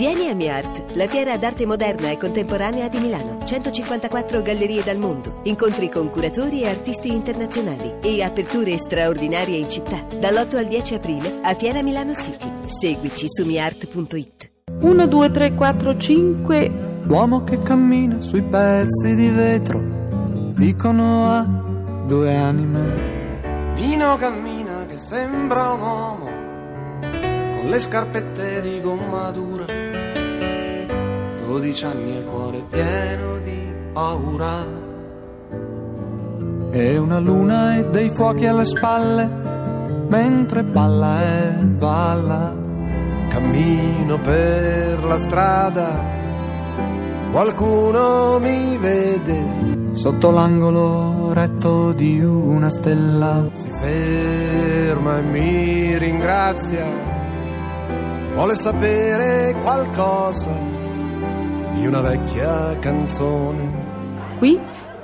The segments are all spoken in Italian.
Vieni a MiArt, la fiera d'arte moderna e contemporanea di Milano. 154 gallerie dal mondo, incontri con curatori e artisti internazionali e aperture straordinarie in città. Dall'8 al 10 aprile a Fiera Milano City. Seguici su miart.it. 1, 2, 3, 4, 5. L'uomo che cammina sui pezzi di vetro, dicono ha due anime. Nino cammina che sembra un uomo, con le scarpette di gomma dura, 12 anni e il cuore pieno di paura. E una luna e dei fuochi alle spalle, mentre balla e balla. Cammino per la strada, qualcuno mi vede, sotto l'angolo retto di una stella. si ferma e mi ringrazia, vuole sapere qualcosa di una vecchia canzone. Qui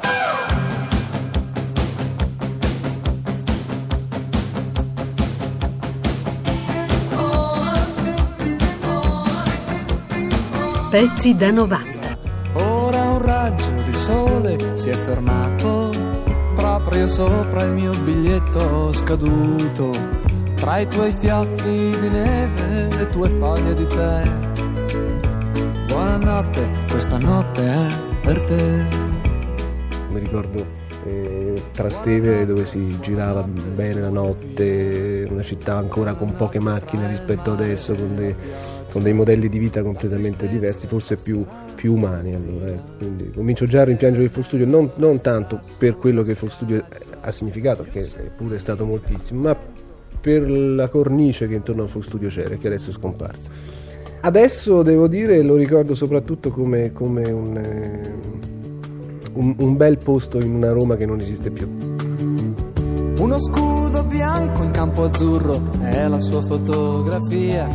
Pezzi da 90. Ora un raggio di sole si è fermato proprio sopra il mio biglietto scaduto, tra i tuoi fiocchi di neve, le tue foglie di tè. Buonanotte, questa notte è per te. Mi ricordo Trastevere, dove si girava bene la notte, una città ancora con poche macchine rispetto adesso, con dei modelli di vita completamente diversi, forse più umani. Allora, quindi comincio già a rimpiangere il Folk Studio, non tanto per quello che il Folk Studio ha significato, che pure è stato moltissimo, ma per la cornice che intorno al Folk Studio c'era e che adesso è scomparsa. Adesso devo dire, lo ricordo soprattutto come un bel posto in una Roma che non esiste più. Uno scudo bianco in campo azzurro è la sua fotografia.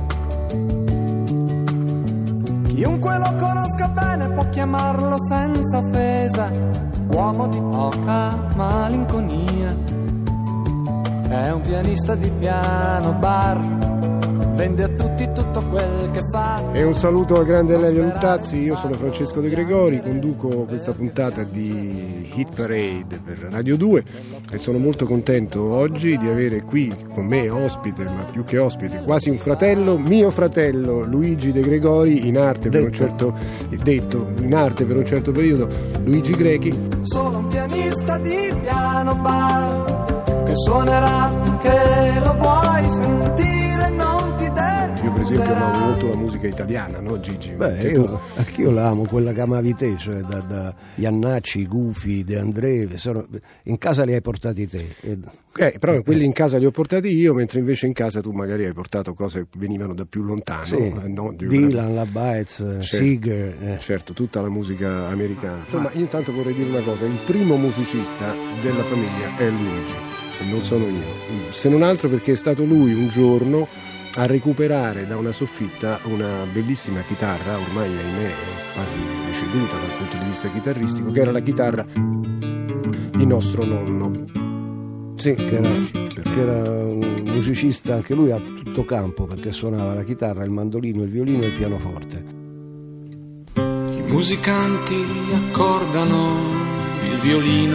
Chiunque lo conosca bene può chiamarlo senza offesa uomo di poca malinconia. È un pianista di piano bar, vende a tutti tutto quel che fa. E un saluto al grande Elio Luttazzi. Io sono Francesco De Gregori, conduco questa puntata di Hit Parade per Radio 2 e sono molto contento oggi di avere qui con me ospite, ma più che ospite, quasi un fratello, mio fratello Luigi De Gregori, in arte per un certo periodo, Luigi Grechi. Sono un pianista di piano bar che suonerà finché lo vuoi sentire, non ti devi. Io per esempio amo molto la musica italiana, no Gigi? Anch'io la amo, quella che amavi te, cioè da Iannacci, Gufi, De André, in casa li hai portati te. Però quelli in casa li ho portati io, mentre invece in casa tu magari hai portato cose che venivano da più lontano. Sì, no? Dylan, La Baez, certo, Seeger. Certo, tutta la musica americana. Insomma, io intanto vorrei dire una cosa, il primo musicista della famiglia è Luigi, e non sono io. Se non altro perché è stato lui un giorno a recuperare da una soffitta una bellissima chitarra, ormai ahimè quasi deceduta dal punto di vista chitarristico, che era la chitarra di nostro nonno. Sì, che era un musicista anche lui a tutto campo, perché suonava la chitarra, il mandolino, il violino e il pianoforte. I musicanti accordano il violino,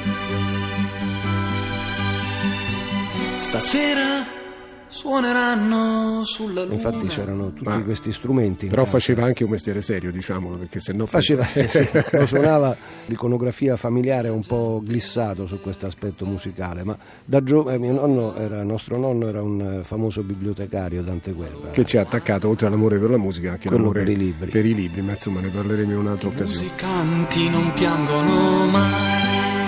stasera suoneranno sulla luna. Infatti c'erano tutti questi strumenti. Però faceva anche un mestiere serio, diciamolo, perché se no faceva sì, lo suonava. L'iconografia familiare è un po' glissato su questo aspetto musicale, ma da nostro nonno era un famoso bibliotecario d'anteguerra che ci ha attaccato, oltre all'amore per la musica, anche quello l'amore per i libri, ma insomma ne parleremo in un'altra occasione. I musicanti non piangono mai.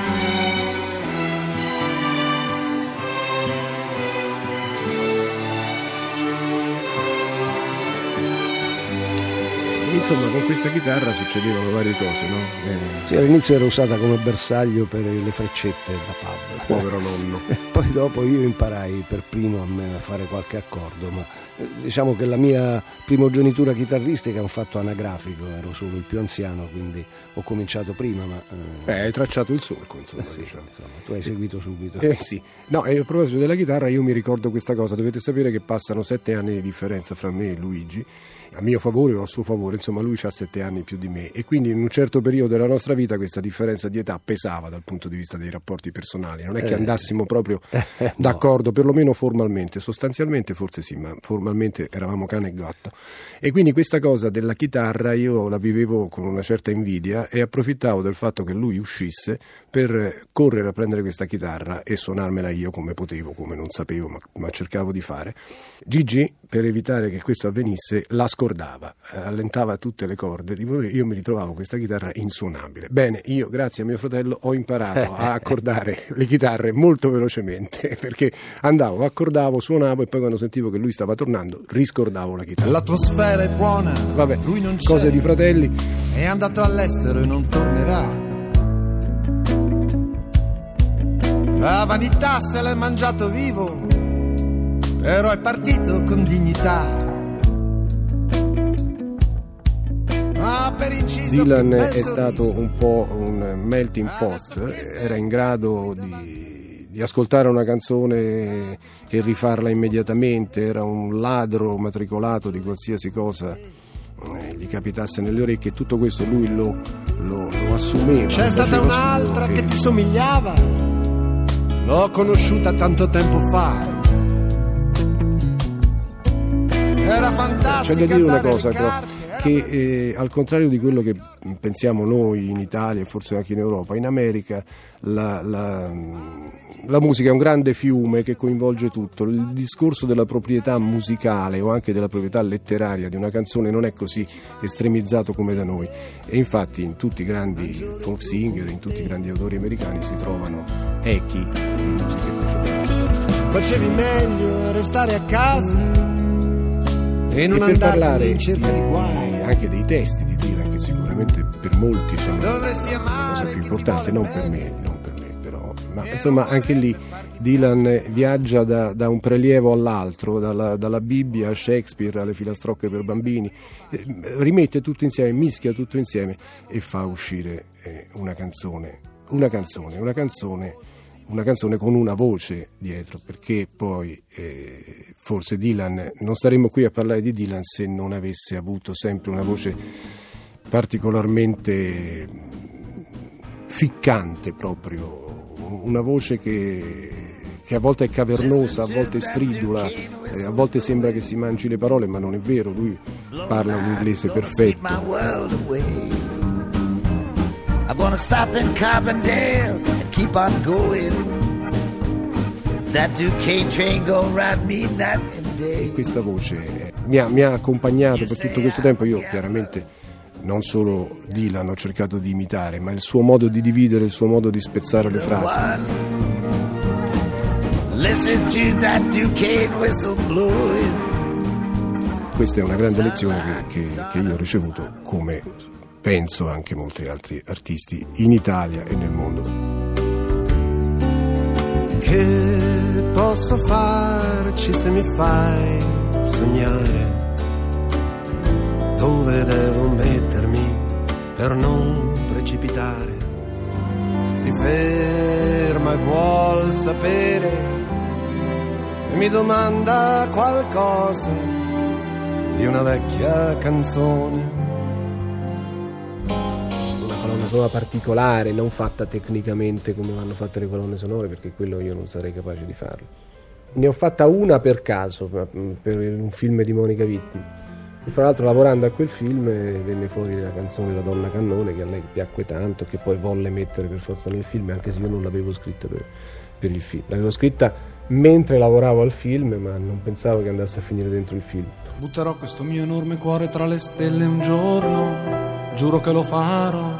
Insomma, con questa chitarra succedevano varie cose, no? Sì, all'inizio era usata come bersaglio per le freccette da pub. Povero nonno. Poi dopo io imparai per primo a fare qualche accordo, ma diciamo che la mia primogenitura chitarristica è un fatto anagrafico, ero solo il più anziano, quindi ho cominciato prima, ma... hai tracciato il solco, insomma. Sì, insomma, tu hai seguito subito. Sì. No, e a proposito della chitarra io mi ricordo questa cosa, dovete sapere che passano 7 anni di differenza fra me e Luigi, a mio favore o a suo favore, insomma lui ha 7 anni più di me, e quindi in un certo periodo della nostra vita questa differenza di età pesava dal punto di vista dei rapporti personali. Non è che andassimo proprio d'accordo, perlomeno formalmente. Sostanzialmente forse sì, ma formalmente eravamo cane e gatto. E quindi questa cosa della chitarra io la vivevo con una certa invidia e approfittavo del fatto che lui uscisse per correre a prendere questa chitarra e suonarmela io come potevo, come non sapevo, ma cercavo di fare. Gigi, per evitare che questo avvenisse, la scordava, allentava tutte le corde, io mi ritrovavo questa chitarra insuonabile. Bene, io grazie a mio fratello ho imparato a accordare le chitarre molto velocemente, perché andavo, accordavo, suonavo e poi quando sentivo che lui stava tornando riscordavo la chitarra. L'atmosfera è buona, vabbè, lui non c'è, cose di fratelli. è andato all'estero e non tornerà. La vanità se l'è mangiato vivo, però è partito con dignità. Dylan è stato un po' un melting pot, era in grado di ascoltare una canzone e rifarla immediatamente, era un ladro matricolato di qualsiasi cosa gli capitasse nelle orecchie, tutto questo lui lo assumeva. C'è stata un'altra che ti somigliava, l'ho conosciuta tanto tempo fa. Era fantastica. C'è da dire una cosa però, che al contrario di quello che pensiamo noi in Italia e forse anche in Europa, in America la musica è un grande fiume che coinvolge tutto. Il discorso della proprietà musicale o anche della proprietà letteraria di una canzone non è così estremizzato come da noi, e infatti in tutti i grandi folk singer, in tutti i grandi autori americani si trovano echi di musiche precedenti. Facevi meglio restare a casa e non per parlare in cerca di guai, anche dei testi di Dylan, che sicuramente per molti sono la cosa più importante, non per me però, ma insomma anche lì Dylan viaggia da un prelievo all'altro, dalla Bibbia a Shakespeare alle filastrocche per bambini, rimette tutto insieme, mischia tutto insieme e fa uscire una canzone con una voce dietro, perché poi forse Dylan, non staremmo qui a parlare di Dylan se non avesse avuto sempre una voce particolarmente ficcante, proprio una voce che a volte è cavernosa, a volte stridula, a volte sembra che si mangi le parole, ma non è vero, lui parla un inglese perfetto. I'm gonna stop in Carbondale and keep on going. That Duquesne train gonna ride me night and day. Questa voce mi ha accompagnato per tutto questo tempo. Io chiaramente non solo Dylan ho cercato di imitare, ma il suo modo di dividere, il suo modo di spezzare le frasi. Listen to that Duquesne whistle blowing. Questa è una grande lezione che io ho ricevuto, come penso anche molti altri artisti in Italia e nel mondo. Che posso farci se mi fai sognare? Dove devo mettermi per non precipitare? Si ferma e vuol sapere e mi domanda qualcosa di una vecchia canzone. Sonora particolare, non fatta tecnicamente come vanno fatte le colonne sonore, perché quello io non sarei capace di farlo. Ne ho fatta una per caso, per un film di Monica Vitti, e fra l'altro lavorando a quel film venne fuori la canzone La Donna Cannone, che a lei piacque tanto, che poi volle mettere per forza nel film, anche se io non l'avevo scritta per il film. L'avevo scritta mentre lavoravo al film, ma non pensavo che andasse a finire dentro il film. Butterò questo mio enorme cuore tra le stelle un giorno, giuro che lo farò.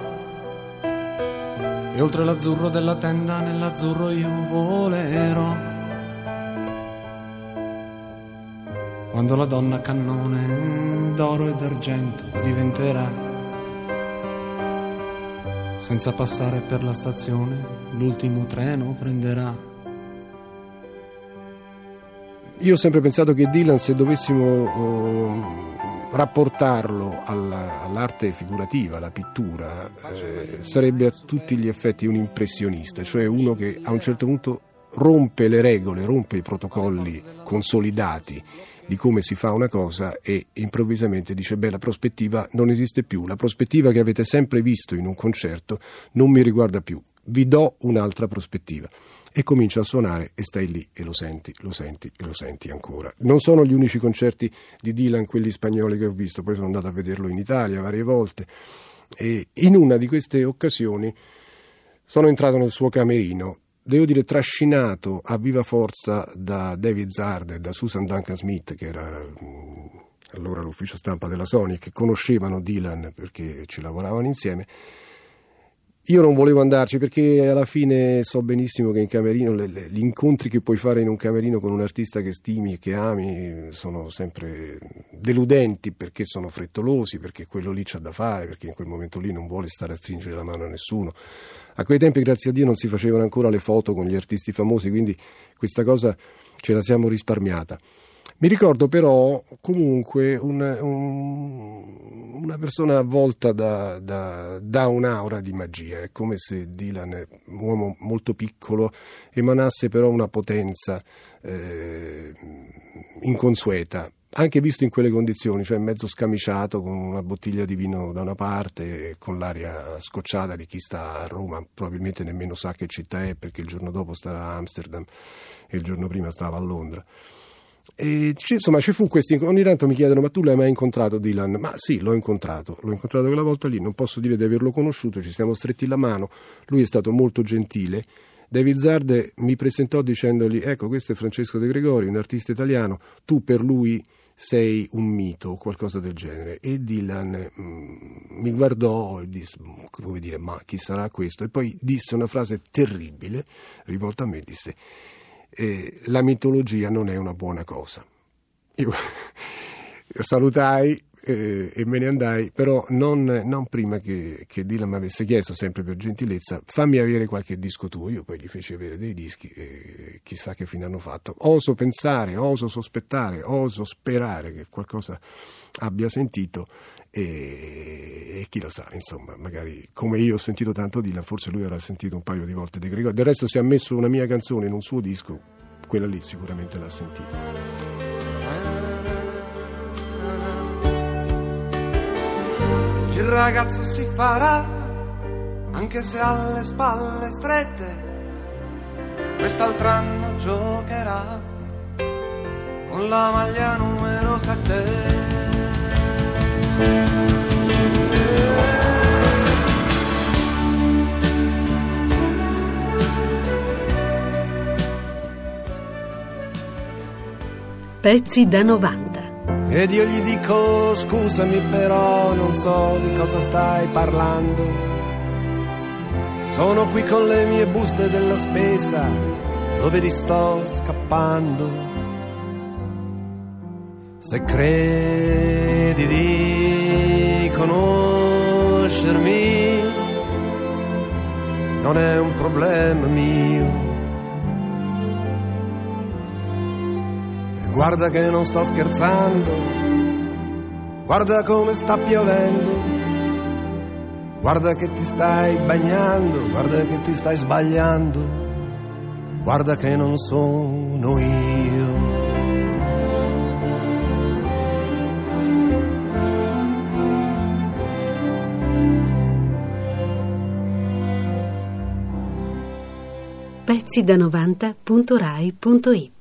E oltre l'azzurro della tenda, nell'azzurro io volerò. Quando la donna cannone d'oro e d'argento diventerà, senza passare per la stazione, l'ultimo treno prenderà. Io ho sempre pensato che Dylan, se dovessimo rapportarlo all'arte figurativa, alla pittura, sarebbe a tutti gli effetti un impressionista, cioè uno che a un certo punto rompe le regole, rompe i protocolli consolidati di come si fa una cosa e improvvisamente dice la prospettiva non esiste più, la prospettiva che avete sempre visto in un concerto non mi riguarda più, vi do un'altra prospettiva. E comincia a suonare e stai lì e lo senti ancora. Non sono gli unici concerti di Dylan, quelli spagnoli che ho visto, poi sono andato a vederlo in Italia varie volte e in una di queste occasioni sono entrato nel suo camerino, devo dire trascinato a viva forza da David Zarda e da Susan Duncan Smith, che era allora l'ufficio stampa della Sony, che conoscevano Dylan perché ci lavoravano insieme. Io non volevo andarci perché alla fine so benissimo che in camerino gli incontri che puoi fare in un camerino con un artista che stimi e che ami sono sempre deludenti, perché sono frettolosi, perché quello lì c'ha da fare, perché in quel momento lì non vuole stare a stringere la mano a nessuno. A quei tempi, grazie a Dio, non si facevano ancora le foto con gli artisti famosi, quindi questa cosa ce la siamo risparmiata. Mi ricordo però comunque una persona avvolta da un'aura di magia. È come se Dylan, un uomo molto piccolo, emanasse però una potenza inconsueta, anche visto in quelle condizioni, cioè mezzo scamiciato con una bottiglia di vino da una parte, con l'aria scocciata di chi sta a Roma, probabilmente nemmeno sa che città è, perché il giorno dopo starà a Amsterdam e il giorno prima stava a Londra. E insomma ci fu questo. Ogni tanto mi chiedono: ma tu l'hai mai incontrato Dylan? Ma sì, l'ho incontrato quella volta lì, non posso dire di averlo conosciuto, ci siamo stretti la mano, lui è stato molto gentile. David Zarde mi presentò dicendogli: ecco, questo è Francesco De Gregori, un artista italiano, tu per lui sei un mito o qualcosa del genere. E Dylan mi guardò e disse: come dire, ma chi sarà questo? E poi disse una frase terribile rivolta a me, disse: la mitologia non è una buona cosa. Io salutai e me ne andai, però non prima che Dylan mi avesse chiesto, sempre per gentilezza: fammi avere qualche disco tuo. Io poi gli feci avere dei dischi e chissà che fine hanno fatto. Oso pensare, oso sospettare, oso sperare che qualcosa abbia sentito e chi lo sa, insomma, magari come io ho sentito tanto Dylan, forse lui avrà sentito un paio di volte De Gregori. Del resto, se ha messo una mia canzone in un suo disco, quella lì sicuramente l'ha sentita. Il ragazzo si farà anche se ha le spalle strette, quest'altro anno giocherà con la maglia numero 7. Pezzi da 90. Ed io gli dico: scusami, però non so di cosa stai parlando. Sono qui con le mie buste della spesa, lo vedi, sto scappando. Se credi di conoscermi, non è un problema mio. Guarda che non sto scherzando, guarda come sta piovendo, guarda che ti stai bagnando, guarda che ti stai sbagliando, guarda che non sono io. Pezzi da 90.rai.it